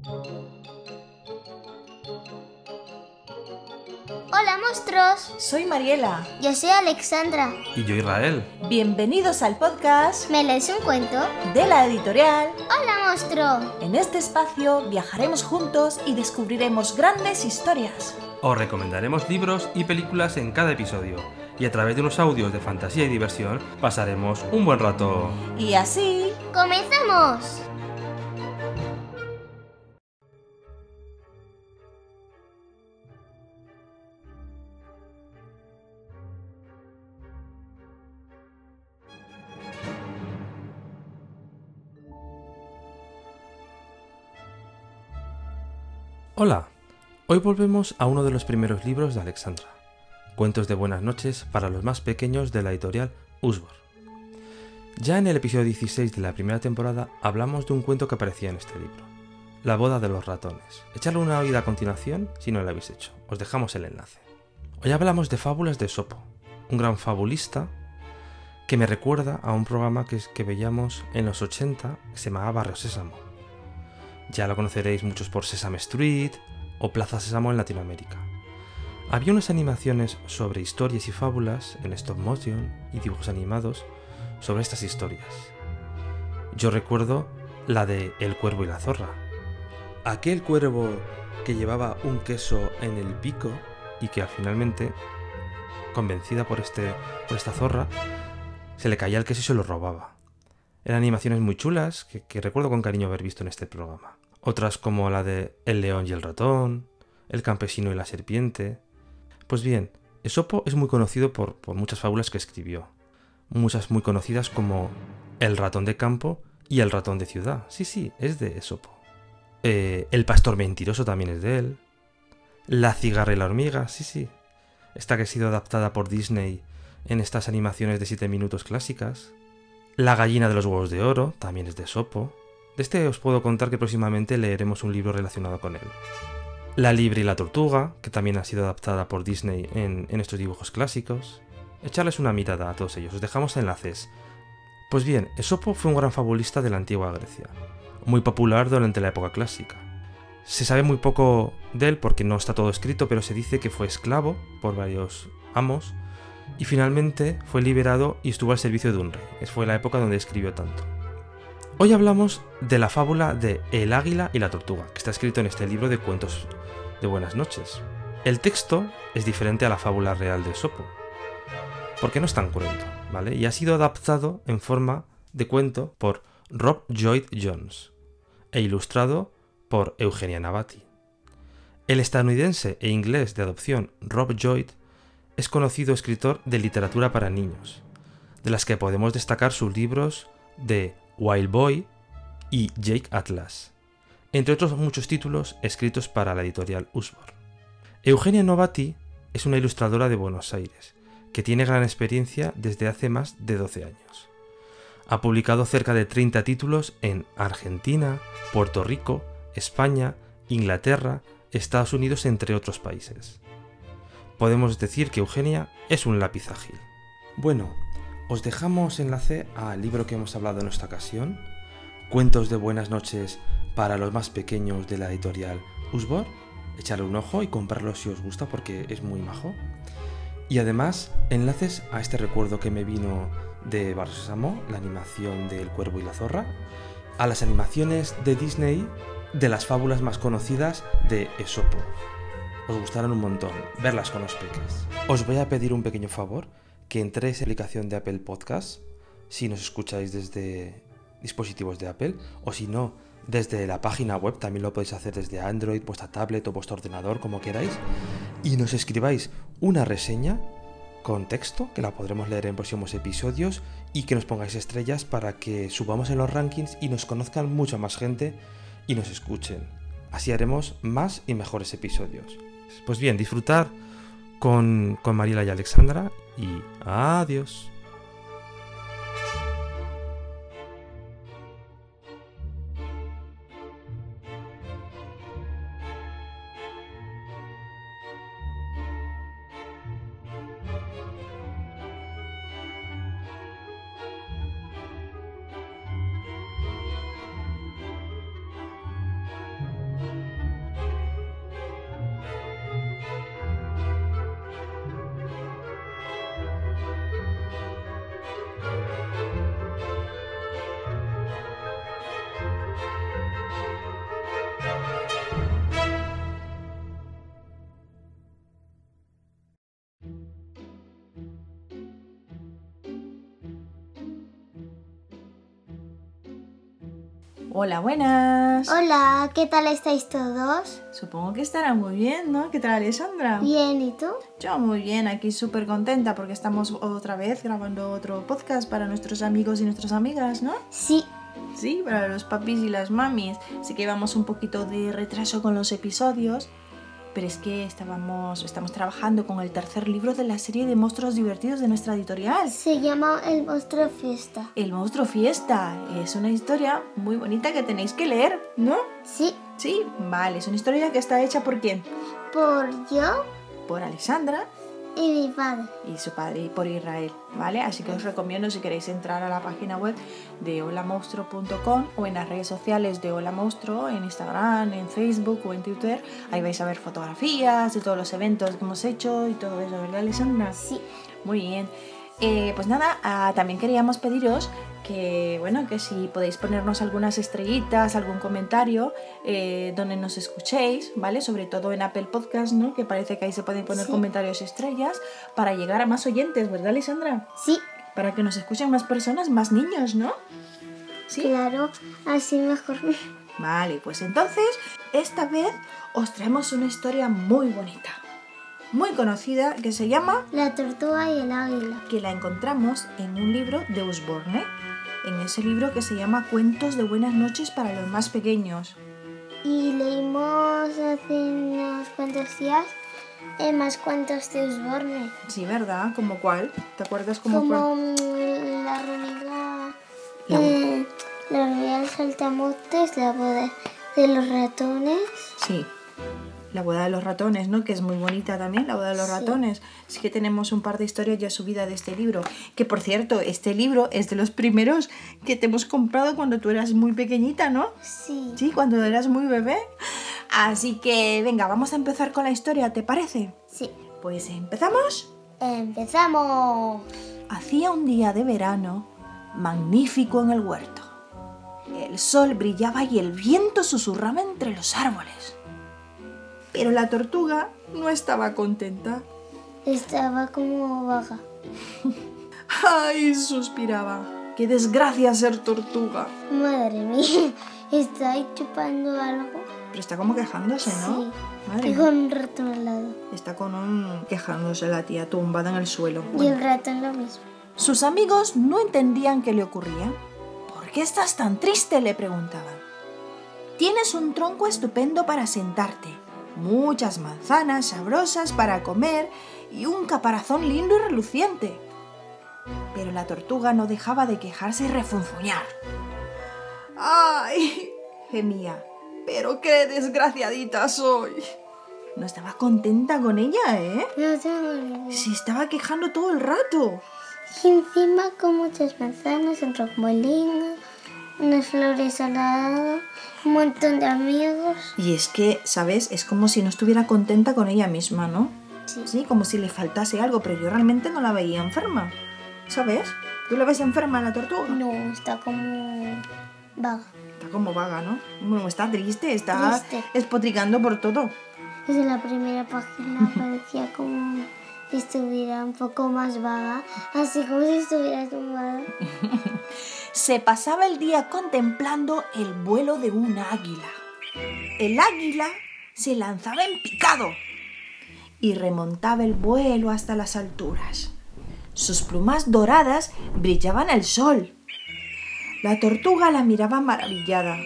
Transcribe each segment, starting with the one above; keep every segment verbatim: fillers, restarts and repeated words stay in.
Hola, monstruos. Soy Mariela. Yo soy Alexandra. Y yo Israel. Bienvenidos al podcast ¿Me lees un cuento? de la editorial. Hola, monstruo. En este espacio viajaremos juntos y descubriremos grandes historias. Os recomendaremos libros y películas en cada episodio. Y a través de unos audios de fantasía y diversión pasaremos un buen rato. Y así... ¡Comenzamos! Hola, hoy volvemos a uno de los primeros libros de Alexandra, Cuentos de buenas noches para los más pequeños de la editorial Usborne. Ya en el episodio dieciséis de la primera temporada hablamos de un cuento que aparecía en este libro, La boda de los ratones. Echadle una oída a continuación si no lo habéis hecho, os dejamos el enlace. Hoy hablamos de fábulas de Esopo, un gran fabulista que me recuerda a un programa que, que veíamos en los ochenta que se llamaba Barrio Sésamo. Ya lo conoceréis muchos por Sesame Street o Plaza Sésamo en Latinoamérica. Había unas animaciones sobre historias y fábulas en stop motion y dibujos animados sobre estas historias. Yo recuerdo la de El cuervo y la zorra. Aquel cuervo que llevaba un queso en el pico y que finalmente, convencida por, este, por esta zorra, se le caía el queso y se lo robaba. Eran animaciones muy chulas que, que recuerdo con cariño haber visto en este programa. Otras como la de El león y el ratón, El campesino y la serpiente. Pues bien, Esopo es muy conocido por, por muchas fábulas que escribió. Muchas muy conocidas como El ratón de campo y El ratón de ciudad. Sí, sí, es de Esopo. Eh, El pastor mentiroso también es de él. La cigarra y la hormiga, sí, sí. Esta que ha sido adaptada por Disney en estas animaciones de siete minutos clásicas. La gallina de los huevos de oro también es de Esopo. De este os puedo contar que próximamente leeremos un libro relacionado con él. La liebre y la tortuga, que también ha sido adaptada por Disney en, en estos dibujos clásicos. Echarles una mirada a todos ellos, os dejamos enlaces. Pues bien, Esopo fue un gran fabulista de la antigua Grecia, muy popular durante la época clásica. Se sabe muy poco de él porque no está todo escrito, pero se dice que fue esclavo por varios amos y finalmente fue liberado y estuvo al servicio de un rey. Esa fue la época donde escribió tanto. Hoy hablamos de la fábula de El águila y la tortuga, que está escrito en este libro de cuentos de buenas noches. El texto es diferente a la fábula real de Esopo, porque no es tan cruento, ¿vale? Y ha sido adaptado en forma de cuento por Rob Lloyd Jones e ilustrado por Eugenia Nabati. El estadounidense e inglés de adopción Rob Lloyd es conocido escritor de literatura para niños, de las que podemos destacar sus libros de Wild Boy y Jake Atlas, entre otros muchos títulos escritos para la editorial Usborne. Eugenia Nabati es una ilustradora de Buenos Aires, que tiene gran experiencia desde hace más de doce años. Ha publicado cerca de treinta títulos en Argentina, Puerto Rico, España, Inglaterra, Estados Unidos, entre otros países. Podemos decir que Eugenia es un lápiz ágil. Bueno, os dejamos enlace al libro que hemos hablado en esta ocasión, Cuentos de buenas noches para los más pequeños de la editorial Usborne. Echarle un ojo y comprarlo si os gusta porque es muy majo. Y además, enlaces a este recuerdo que me vino de Barrio Sésamo, la animación del cuervo y la zorra, a las animaciones de Disney de las fábulas más conocidas de Esopo. Os gustarán un montón verlas con los peques. Os voy a pedir un pequeño favor, que entréis en la aplicación de Apple Podcast, si nos escucháis desde dispositivos de Apple, o si no, desde la página web, también lo podéis hacer desde Android, vuestra tablet o vuestro ordenador, como queráis, y nos escribáis una reseña con texto, que la podremos leer en próximos episodios, y que nos pongáis estrellas para que subamos en los rankings y nos conozcan mucha más gente y nos escuchen. Así haremos más y mejores episodios. Pues bien, disfrutar con, con Mariela y Alexandra, y adiós. Hola, buenas. Hola, ¿qué tal estáis todos? Supongo que estarán muy bien, ¿no? ¿Qué tal, Alessandra? Bien, ¿y tú? Yo muy bien, aquí súper contenta porque estamos otra vez grabando otro podcast para nuestros amigos y nuestras amigas, ¿no? Sí. Sí, para los papis y las mamis. Así que llevamos un poquito de retraso con los episodios, pero es que estábamos, estamos trabajando con el tercer libro de la serie de monstruos divertidos de nuestra editorial. Se llama El Monstruo Fiesta. El Monstruo Fiesta. Es una historia muy bonita que tenéis que leer, ¿no? Sí. Sí, vale. Es una historia que está hecha por ¿quién? Por yo Por Alessandra y mi padre. y su padre, y por Israel, ¿vale? Así que os recomiendo, si queréis, entrar a la página web de hola monstruo punto com o en las redes sociales de Hola Monstruo, en Instagram, en Facebook o en Twitter. Ahí vais a ver fotografías de todos los eventos que hemos hecho y todo eso, ¿verdad, Alessandra? Sí. Muy bien. Eh, pues nada, ah, también queríamos pediros que, bueno, que si podéis ponernos algunas estrellitas, algún comentario eh, donde nos escuchéis, ¿vale? Sobre todo en Apple Podcast, ¿no? Que parece que ahí se pueden poner Sí. comentarios estrellas para llegar a más oyentes, ¿verdad, Alessandra? Sí, Para que nos escuchen más personas, más niños, ¿no? ¿Sí? claro, así mejor. Vale, pues entonces, esta vez os traemos una historia muy bonita, muy conocida, que se llama... La tortuga y el águila. que la encontramos en un libro de Usborne, en ese libro que se llama Cuentos de buenas noches para los más pequeños. Y leímos hace unos cuantos días eh, más cuentos de Usborne. Sí, ¿verdad? ¿Como cuál? ¿Te acuerdas como, Como cuál? mm, la hormiga... La- eh, la hormiga del saltamontes, la boda de los ratones. Sí, La boda de los ratones, ¿no? Que es muy bonita también, La boda de los Sí. ratones. Sí que tenemos un par de historias ya subidas de este libro. Que, por cierto, este libro es de los primeros que te hemos comprado cuando tú eras muy pequeñita, ¿no? Sí. Sí, cuando eras muy bebé. Así que, venga, vamos a empezar con la historia, ¿te parece? Sí. Pues empezamos. Empezamos. Hacía un día de verano magnífico en el huerto. El sol brillaba y el viento susurraba entre los árboles. Pero la tortuga no estaba contenta. Estaba como vaga. ¡Ay!, suspiraba. ¡Qué desgracia ser tortuga! Madre mía, está ahí chupando algo. Pero está como quejándose, ¿no? Sí. Madre Y mía. con un ratón al lado. Está con un... quejándose la tía, tumbada en el suelo. Y Bueno. el ratón lo mismo. Sus amigos no entendían qué le ocurría. ¿Por qué estás tan triste?, le preguntaban. Tienes un tronco estupendo para sentarte, muchas manzanas sabrosas para comer y un caparazón lindo y reluciente. Pero la tortuga no dejaba de quejarse y refunfuñar. ¡Ay!, gemía. ¡Pero qué desgraciadita soy! No estaba contenta con ella, ¿eh? No tengo ni idea. Se estaba quejando todo el rato. Y encima con muchas manzanas, un romolino, unas flores al lado, un montón de amigos. Y es que, ¿sabes? Es como si no estuviera contenta con ella misma, ¿no? Sí. Sí, como si le faltase algo, pero yo realmente no la veía enferma. ¿Sabes? ¿Tú la ves enferma a la tortuga? No, está como vaga. Está como vaga, ¿no? Bueno, está triste, está Triste. espotricando por todo. Desde la primera página parecía como si estuviera un poco más vaga, así como si estuviera tumbada. Se pasaba el día contemplando el vuelo de un águila. El águila se lanzaba en picado y remontaba el vuelo hasta las alturas. Sus plumas doradas brillaban al sol. La tortuga la miraba maravillada.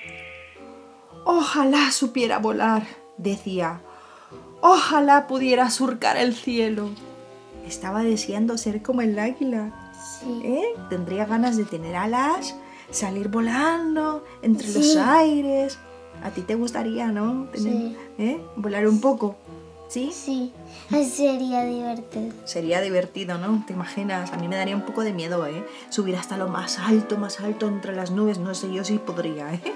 Ojalá supiera volar, decía. Ojalá pudiera surcar el cielo. Estaba deseando ser como el águila. Sí. ¿Eh? Tendría ganas de tener alas, salir volando entre Sí. los aires. A ti te gustaría, ¿no? Tener- Sí. ¿Eh? Volar un poco. ¿Sí? Sí, sería divertido. Sería divertido, ¿no? ¿Te imaginas? A mí me daría un poco de miedo, ¿eh? Subir hasta lo más alto, más alto entre las nubes. No sé yo si podría, ¿eh?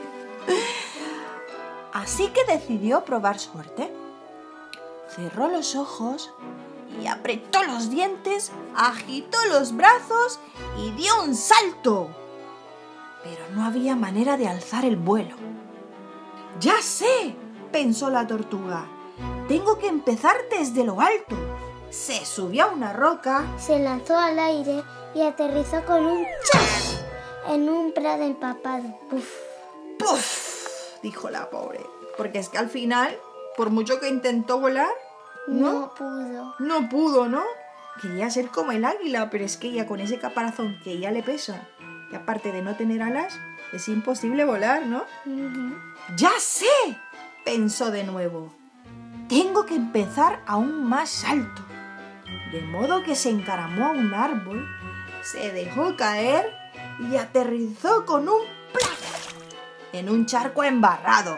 Así que decidió probar suerte. Cerró los ojos y apretó los dientes, agitó los brazos y dio un salto. Pero no había manera de alzar el vuelo. ¡Ya sé!, pensó la tortuga. Tengo que empezar desde lo alto. Se subió a una roca. Se lanzó al aire y aterrizó con un chas en un prado empapado. Puf. ¡puf!, dijo la pobre. Porque es que al final, por mucho que intentó volar, No, no pudo. no pudo, ¿no? Quería ser como el águila, pero es que ella con ese caparazón que ella le pesa, y aparte de no tener alas, es imposible volar, ¿no? Ujú. ¡Ya sé!, pensó de nuevo. Tengo que empezar aún más alto. De modo que se encaramó a un árbol, se dejó caer y aterrizó con un plazo en un charco embarrado.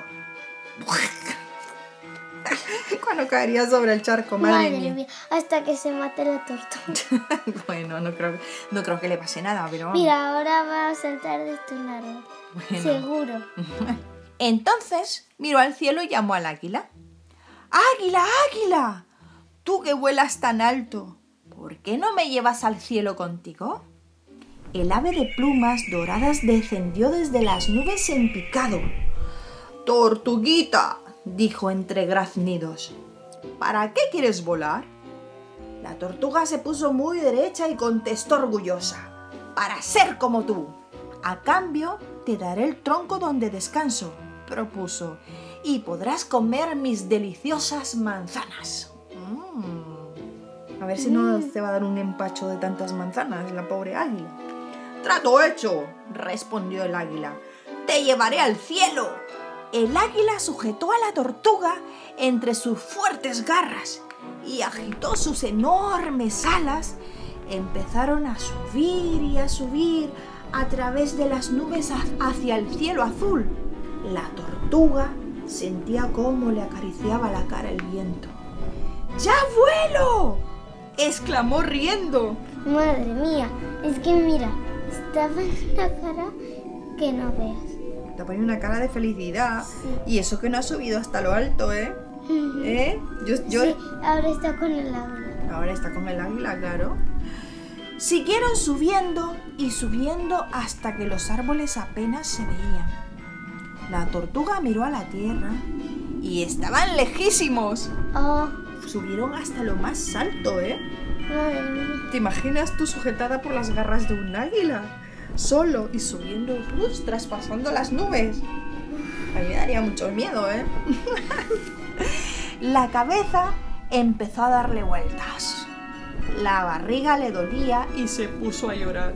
Cuando caería sobre el charco, madre, Madre mía. mía, hasta que se mate la tortuga. Bueno, no creo, no creo que le pase nada, pero vamos. Mira, ahora va a saltar de este árbol. Bueno. Seguro. Entonces miró al cielo y llamó al águila. ¡Águila, águila! Tú que vuelas tan alto, ¿por qué no me llevas al cielo contigo? El ave de plumas doradas descendió desde las nubes en picado. ¡Tortuguita!, dijo entre graznidos. ¿Para qué quieres volar? La tortuga se puso muy derecha y contestó orgullosa. Para ser como tú. A cambio, te daré el tronco donde descanso, propuso, y podrás comer mis deliciosas manzanas. Mm. A ver si no te va a dar un empacho de tantas manzanas, la pobre águila. ¡Trato hecho!, respondió el águila. ¡Te llevaré al cielo! El águila sujetó a la tortuga entre sus fuertes garras y agitó sus enormes alas. Empezaron a subir y a subir a través de las nubes hacia el cielo azul. La tortuga sentía cómo le acariciaba la cara el viento. ¡Ya vuelo!, exclamó riendo. Madre mía, es que mira, estaba en una cara que no veas. Te pone una cara de felicidad. Sí. Y eso que no ha subido hasta lo alto, ¿eh? ¿Eh? Yo, yo... Sí, ahora está con el águila. Ahora está con el águila, claro. Siguieron subiendo y subiendo hasta que los árboles apenas se veían. La tortuga miró a la tierra y estaban lejísimos. Oh, Subieron hasta lo más alto, ¿eh? madre mía. ¿Te imaginas tú sujetada por las garras de un águila? Solo y subiendo, ¡uf!, traspasando las nubes. A mí me daría mucho miedo, ¿eh? La cabeza empezó a darle vueltas. La barriga le dolía y se puso a llorar.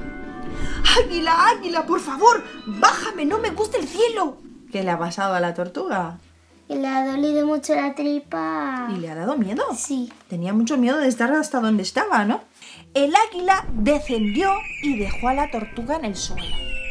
¡Águila, águila, por favor! ¡Bájame! ¡No me gusta el cielo! ¿Qué le ha pasado a la tortuga? Y le ha dolido mucho la tripa. ¿Y le ha dado miedo? Sí. Tenía mucho miedo de estar hasta donde estaba, ¿no? El águila descendió y dejó a la tortuga en el suelo.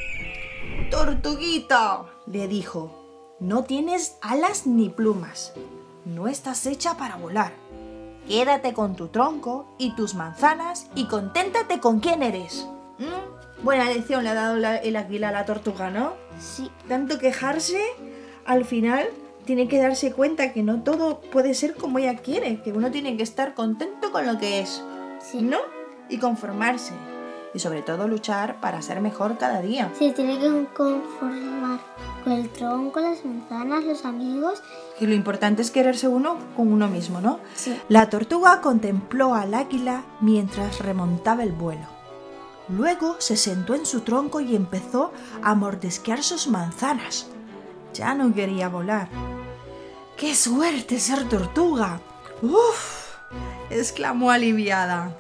¡Tortuguita!, le dijo, no tienes alas ni plumas. No estás hecha para volar. Quédate con tu tronco y tus manzanas y conténtate con quién eres. ¿Mm? Buena lección le ha dado la, el águila a la tortuga, ¿no? Sí. Tanto quejarse, al final tiene que darse cuenta que no todo puede ser como ella quiere, que uno tiene que estar contento con lo que es, Sí. ¿no? Y conformarse. Y sobre todo luchar para ser mejor cada día. Se tiene que conformar con el tronco, las manzanas, los amigos. Y lo importante es quererse uno con uno mismo, ¿no? Sí. La tortuga contempló al águila mientras remontaba el vuelo. Luego se sentó en su tronco y empezó a mordisquear sus manzanas. Ya no quería volar. ¡Qué suerte ser tortuga! ¡Uf!, exclamó aliviada.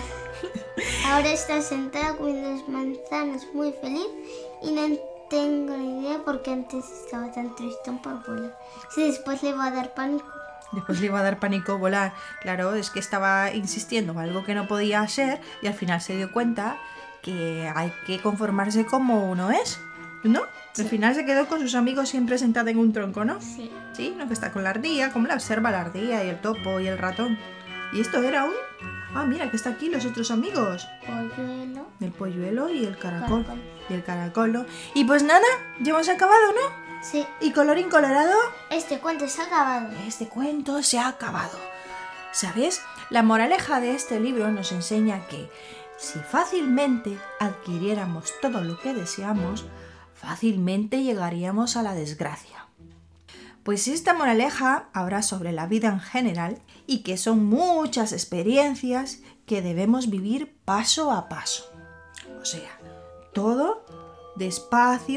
Ahora está sentada comiendo las manzanas muy feliz y no tengo ni idea por qué antes estaba tan tristón por volar. Si después le va a dar pánico. Después le iba a dar pánico volar. Claro, es que estaba insistiendo en algo que no podía hacer y al final se dio cuenta que hay que conformarse como uno es, ¿no? Sí. Al final se quedó con sus amigos siempre sentada en un tronco, ¿no? Sí. Sí, ¿no? Que está con la ardilla, como la observa la ardilla y el topo y el ratón. Y esto era un... Ah, mira, que está aquí los otros amigos. Polluelo. El polluelo y el caracol. Caracol. Y el caracolo. Y pues nada, ya hemos acabado, ¿no? Sí. Y colorín colorado, Este cuento se ha acabado. este cuento se ha acabado. ¿Sabes? La moraleja de este libro nos enseña que si fácilmente adquiriéramos todo lo que deseamos, fácilmente llegaríamos a la desgracia. Pues esta moraleja habla sobre la vida en general y que son muchas experiencias que debemos vivir paso a paso. O sea, todo despacio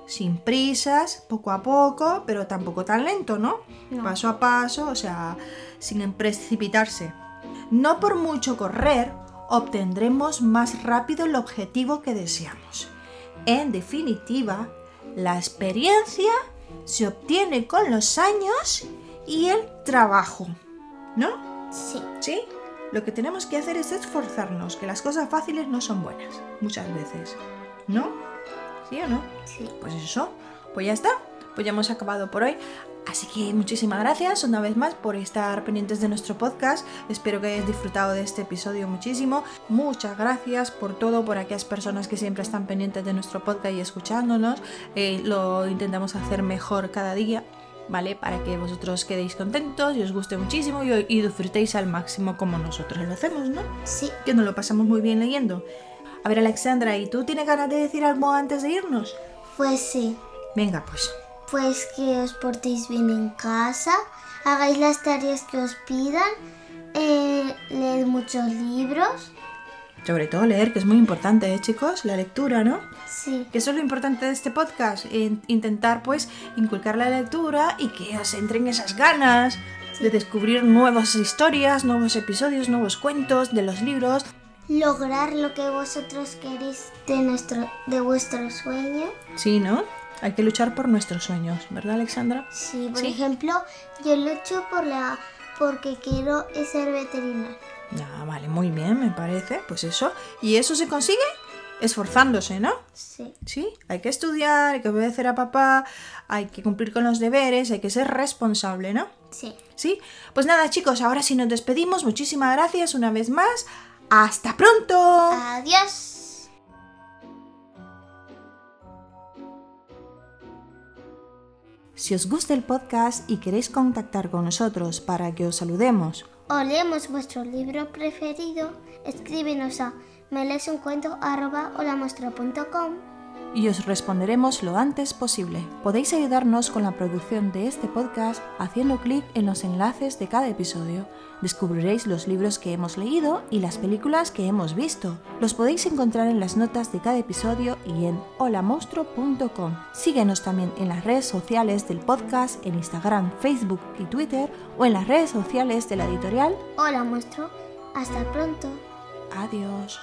sin prisas, poco a poco, pero tampoco tan lento, ¿no? No. Paso a paso, o sea, sin precipitarse. No por mucho correr, obtendremos más rápido el objetivo que deseamos. En definitiva, la experiencia se obtiene con los años y el trabajo, ¿no? Sí. ¿Sí? Lo que tenemos que hacer es esforzarnos, que las cosas fáciles no son buenas, muchas veces, ¿no? ¿Sí o no? Sí. Pues eso, pues ya está, pues ya hemos acabado por hoy. Así que muchísimas gracias una vez más por estar pendientes de nuestro podcast. Espero que hayáis disfrutado de este episodio muchísimo. Muchas gracias por todo, por aquellas personas que siempre están pendientes de nuestro podcast y escuchándonos. Eh, lo intentamos hacer mejor cada día, ¿vale? Para que vosotros quedéis contentos y os guste muchísimo y, y disfrutéis al máximo como nosotros lo hacemos, ¿no? Sí. Que nos lo pasamos muy bien leyendo. A ver, Alexandra, ¿y tú tienes ganas de decir algo antes de irnos? Pues sí. Venga, pues. Pues que os portéis bien en casa, hagáis las tareas que os pidan, eh, leed muchos libros. Sobre todo leer, que es muy importante, ¿eh, chicos? La lectura, ¿no? Sí. Que eso es lo importante de este podcast, in- intentar pues inculcar la lectura y que os entren esas ganas Sí. de descubrir nuevas historias, nuevos episodios, nuevos cuentos de los libros. Lograr lo que vosotros queréis de, nuestro, de vuestro sueño. Sí, ¿no? Hay que luchar por nuestros sueños, ¿verdad, Alexandra? Sí, por Sí. ejemplo, yo lucho por la porque quiero ser veterinaria. Ah, vale, muy bien, me parece. Pues eso. ¿Y eso se consigue? Esforzándose, ¿no? Sí. Sí, hay que estudiar, hay que obedecer a papá, hay que cumplir con los deberes, hay que ser responsable, ¿no? Sí. ¿Sí? Pues nada, chicos, ahora sí nos despedimos. Muchísimas gracias una vez más. ¡Hasta pronto! Adiós. Si os gusta el podcast y queréis contactar con nosotros para que os saludemos O leemos vuestro libro preferido, escríbenos a meleesuncuento arroba holamostra punto com. y os responderemos lo antes posible. Podéis ayudarnos con la producción de este podcast haciendo clic en los enlaces de cada episodio. Descubriréis los libros que hemos leído y las películas que hemos visto. Los podéis encontrar en las notas de cada episodio y en holamonstruo punto com. Síguenos también en las redes sociales del podcast, en Instagram, Facebook y Twitter, o en las redes sociales de la editorial. Hola, monstruo. Hasta pronto. Adiós.